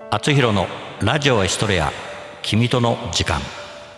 厚弘のラジオエストレア、君との時間。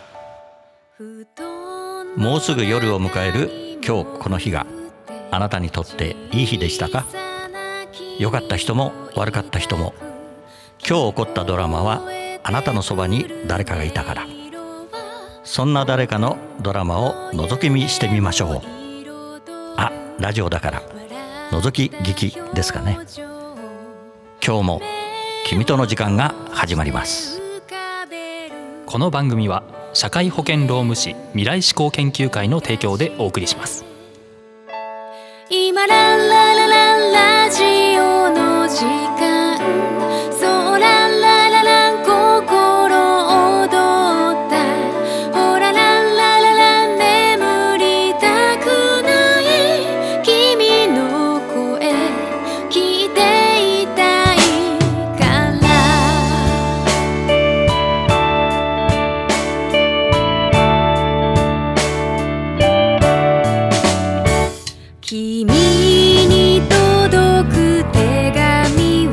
もうすぐ夜を迎える今日この日があなたにとっていい日でしたか？良かった人も悪かった人も、今日起こったドラマはあなたのそばに誰かがいたから。そんな誰かのドラマを覗き見してみましょう。あ、ラジオだから覗き聞きですかね。今日も君との時間が始まります。 この番組は社会保険労務士未来志向研究会の提供でお送りします。 今ラララララジオの時間、そうララララ心躍った、ほらララララ眠りたくない君の声聞いていたいから君に届く手紙は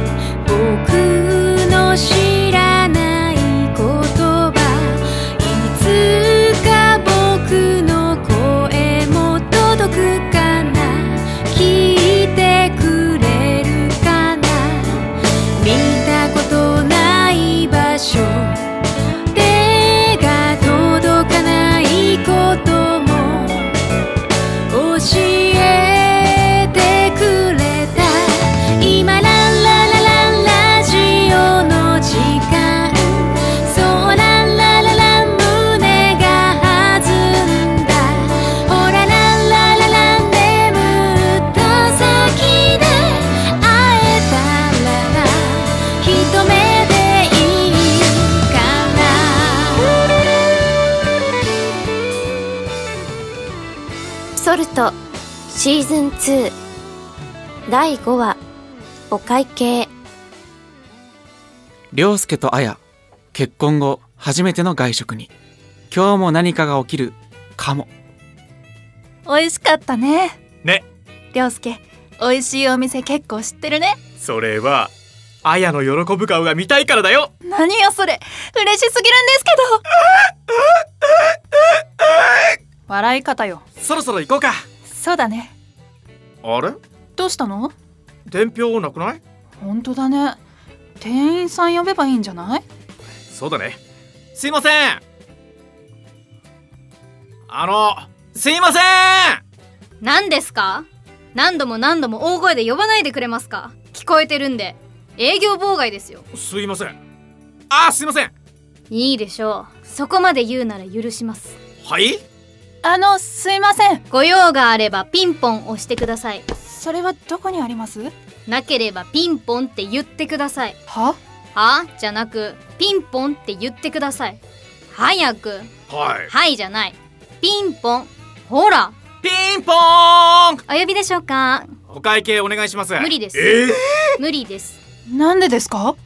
僕の知らない言葉、いつか僕の声も届くかな、聞いてくれるかな、見たことない場所、手が届かないことも教えてくれた。今ラララララジオの時間、そうララララ胸が弾んだ、ほらララララ眠った先で会えたら一目でいいから。ソルトシーズン2第5話、お会計。 涼介と綾、結婚後初めての外食に。今日も何かが起きるかも。 美味しかったね。 ね。 涼介、美味しいお店結構知ってるね。 それは綾の喜ぶ顔が見たいからだよ。 何よそれ、嬉しすぎるんですけど。笑い方よ。 そろそろ行こうか。 そうだね。 あれ、 どうしたの？ 伝票なくない？ 本当だね。店員さん呼べばいいんじゃない？ そうだね。すいません。すいません。 何ですか？何度も何度も大声で呼ばないでくれますか？聞こえてるんで。営業妨害ですよ。 すいません。すいません。 いいでしょう。そこまで言うなら許します。 はい？ すいません。 ご用があればピンポン押してください。 それはどこにあります？ なければピンポンって言ってください。 はじゃなく、ピンポンって言ってください。早く。はいじゃない。ピンポン。ほら。 ピンポーン。 お呼びでしょうか？ お会計お願いします。 無理です。無理です。 なんでですか？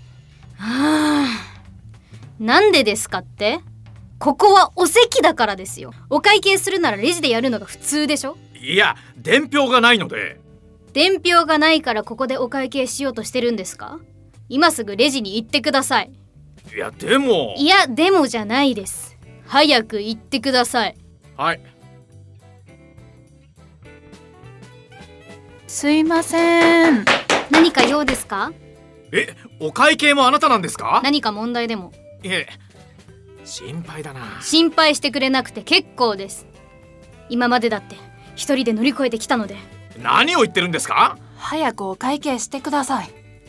なんでですかって？ここはお席だからですよ。お会計するならレジでやるのが普通でしょ。 いや、伝票がないので。 伝票がないからここでお会計しようとしてるんですか？今すぐレジに行ってください。 いやでもじゃないです。早く行ってください。 はい。 すいません。 何か用ですか？ お会計もあなたなんですか？ 何か問題でも？ いえ、心配だな。 心配してくれなくて結構です。今までだって一人で乗り越えてきたので。 何を言ってるんですか？ 早くお会計してください。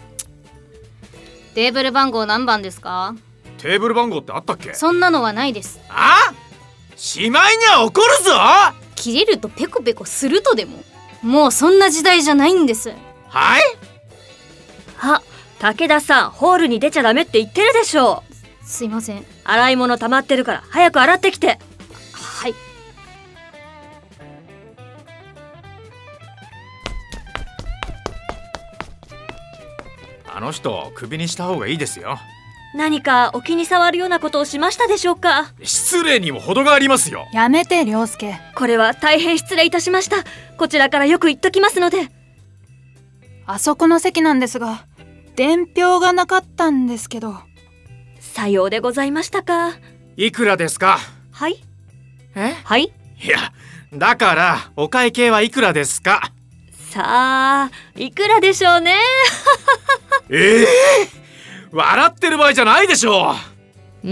テーブル番号何番ですか？ テーブル番号ってあったっけ？ そんなのはないです。 しまいには怒るぞ。 切れるとペコペコするとでも？もうそんな時代じゃないんです。 はい？ 武田さん、ホールに出ちゃダメって言ってるでしょ。 すいません。 洗い物溜まってるから早く洗ってきて。 はい。 あの人クビにした方がいいですよ。 何かお気に障るようなことをしましたでしょうか？ 失礼にも程がありますよ。 やめて涼介。 これは大変失礼いたしました。こちらからよく言っときますので。 あそこの席なんですが、 伝票がなかったんですけど。 さようでございましたか。 いくらですか？ はい。 はい。いや、だからお会計はいくらですか？ さあ、いくらでしょうね。 笑ってる場合じゃないでしょう。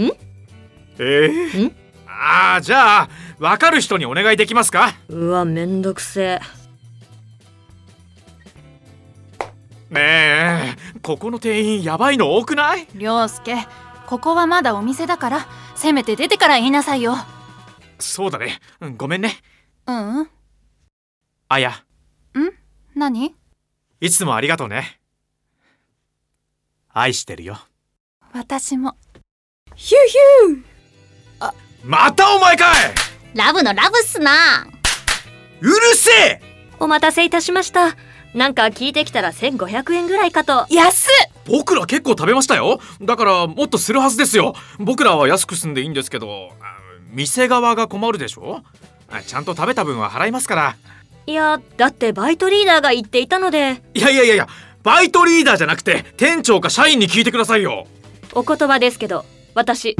じゃあ分かる人にお願いできますか？ うわ、めんどくせえ。 ねえ、ここの店員やばいの多くない？ 涼介、ここはまだお店だから、せめて出てから言いなさいよ。 そうだね、ごめんね。あや。 何？ いつもありがとうね。愛してるよ。 私も。 ヒューヒュー。 またお前かい！ ラブのラブっすな。 うるせえ！ お待たせいたしました。なんか聞いてきたら1500円ぐらいかと。 安っ！ 僕ら結構食べましたよ。だからもっとするはずですよ。僕らは安く済んでいいんですけど、店側が困るでしょ。ちゃんと食べた分は払いますから。 いや、だってバイトリーダーが言っていたので。 いや、バイトリーダーじゃなくて店長か社員に聞いてくださいよ。 お言葉ですけど、私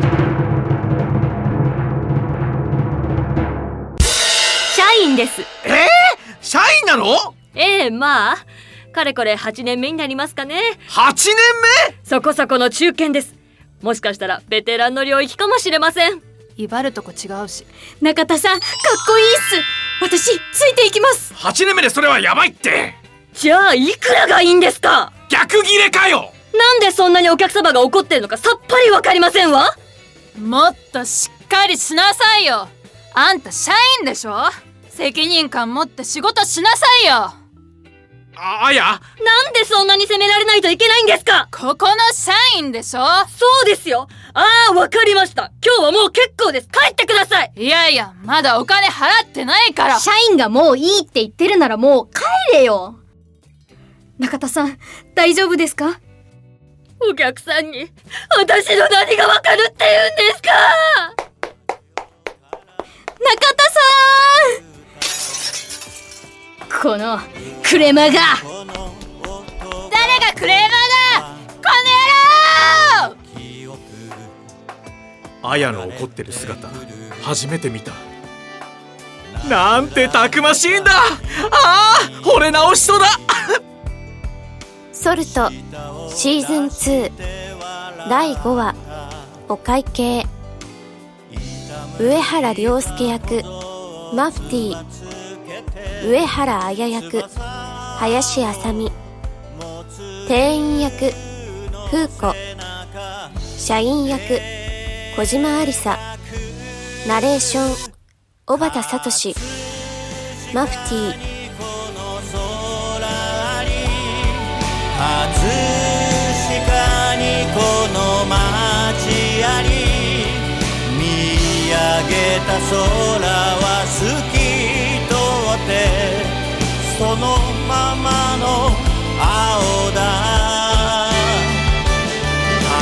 社員です。 社員なの？ まあかれこれ8年目になりますかね。 8年目？ そこそこの中堅です。もしかしたらベテランの領域かもしれません。 威張るとこ違うし。 中田さん、かっこいいっす。私ついていきます。 8年目でそれはやばいって。 じゃあいくらがいいんですか？ 逆ギレかよ。 なんでそんなにお客様が怒ってるのかさっぱりわかりませんわ。 もっとしっかりしなさいよ。あんた社員でしょ。責任感持って仕事しなさいよ。 あや、 なんでそんなに責められないといけないんですか？ ここの社員でしょ。 そうですよ。わかりました。今日はもう結構です。帰ってください。 いや、まだお金払ってないから。 社員がもういいって言ってるならもう帰れよ。中田さん、大丈夫ですか？ お客さんに私の何がわかるって言うんですか？ 中田さん、このクレマが。 誰がクレーマーだ、この野郎！ あやの怒ってる姿初めて見た。なんてたくましいんだ。惚れ直しそうだ。 ソルトシーズン2第5話お会計。上原涼介役マフティー、上原綾役林あさみ、店員役風子、社員役小島ありさ、ナレーション小畑聡、マフティー。 葛飾にこの街あり、見上げた空は透き通ってそのままの青だ。葛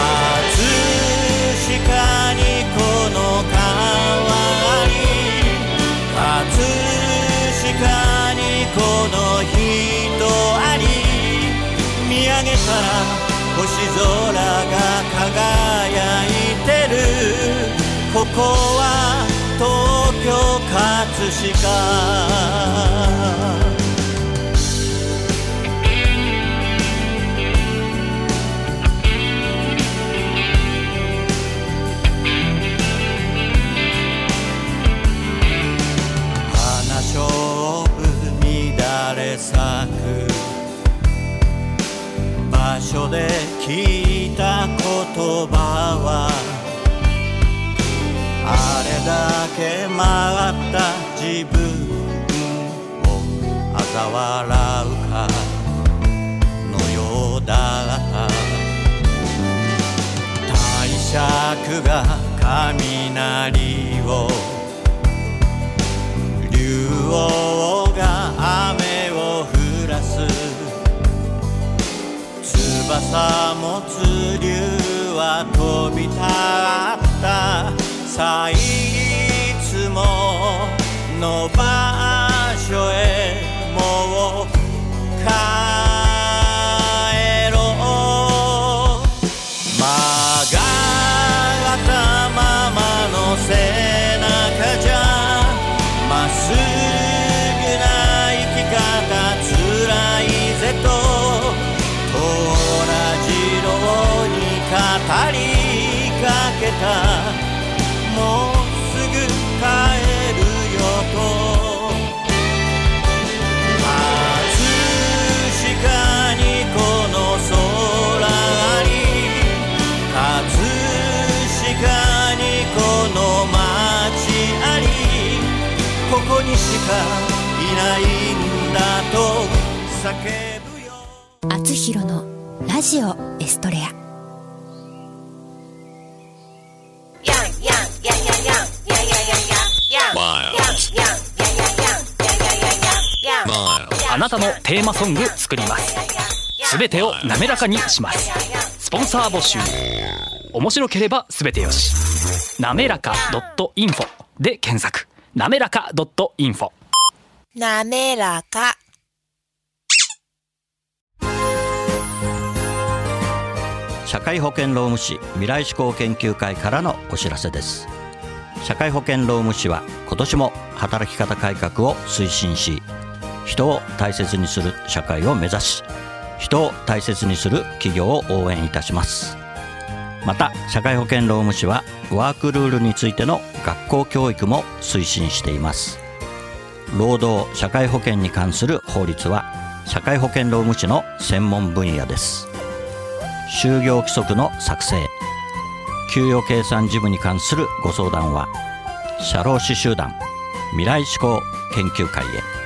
飾にこの川あり、葛飾にこの人あり、見上げたら星空が輝いてる。ここは東京葛飾。花菖蒲乱れ咲く場所で聞いた言葉は、あれだけ曲がった自分を嘲笑うかのようだった。帝釈が雷を、竜王が雨を降らす。翼持つ竜は飛び立った。さあいつもの場所へもう帰ろう。 げたもうすぐ帰るよと葛飾にこの空あり葛飾にこの街ありここにしかいないんだと叫ぶよあつひろのラジオエストレア。 あなたのテーマソング作ります。すべてを滑らかにします。スポンサー募集。面白ければすべてよし。なめらか .info で検索。なめらか .info。 なめらか。 社会保険労務士未来志向研究会からのお知らせです。社会保険労務士は今年も働き方改革を推進し、人を大切にする社会を目指し、人を大切にする企業を応援いたします。また社会保険労務士はワークルールについての学校教育も推進しています。労働社会保険に関する法律は社会保険労務士の専門分野です。就業規則の作成、給与計算事務に関するご相談は社労士集団未来志向研究会へ。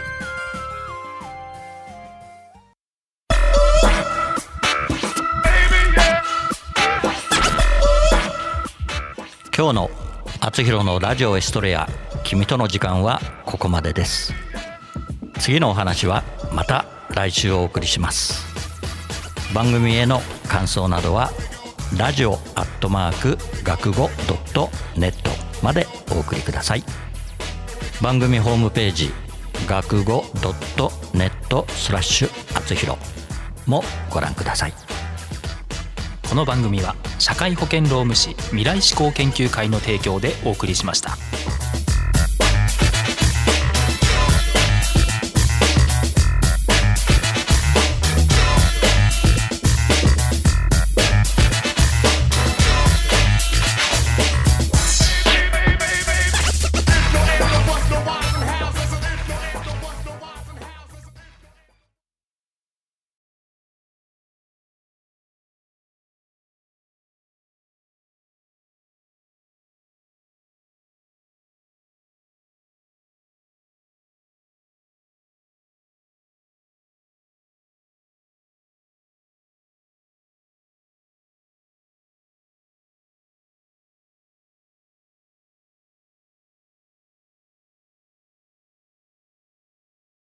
今日のあつひろのラジオエストレア、君との時間はここまでです。次のお話はまた来週お送りします。番組への感想などはラジオ学語.net までお送りください。番組ホームページ学語.net/あつひろもご覧ください。 この番組は社会保険労務士未来志向研究会の提供でお送りしました。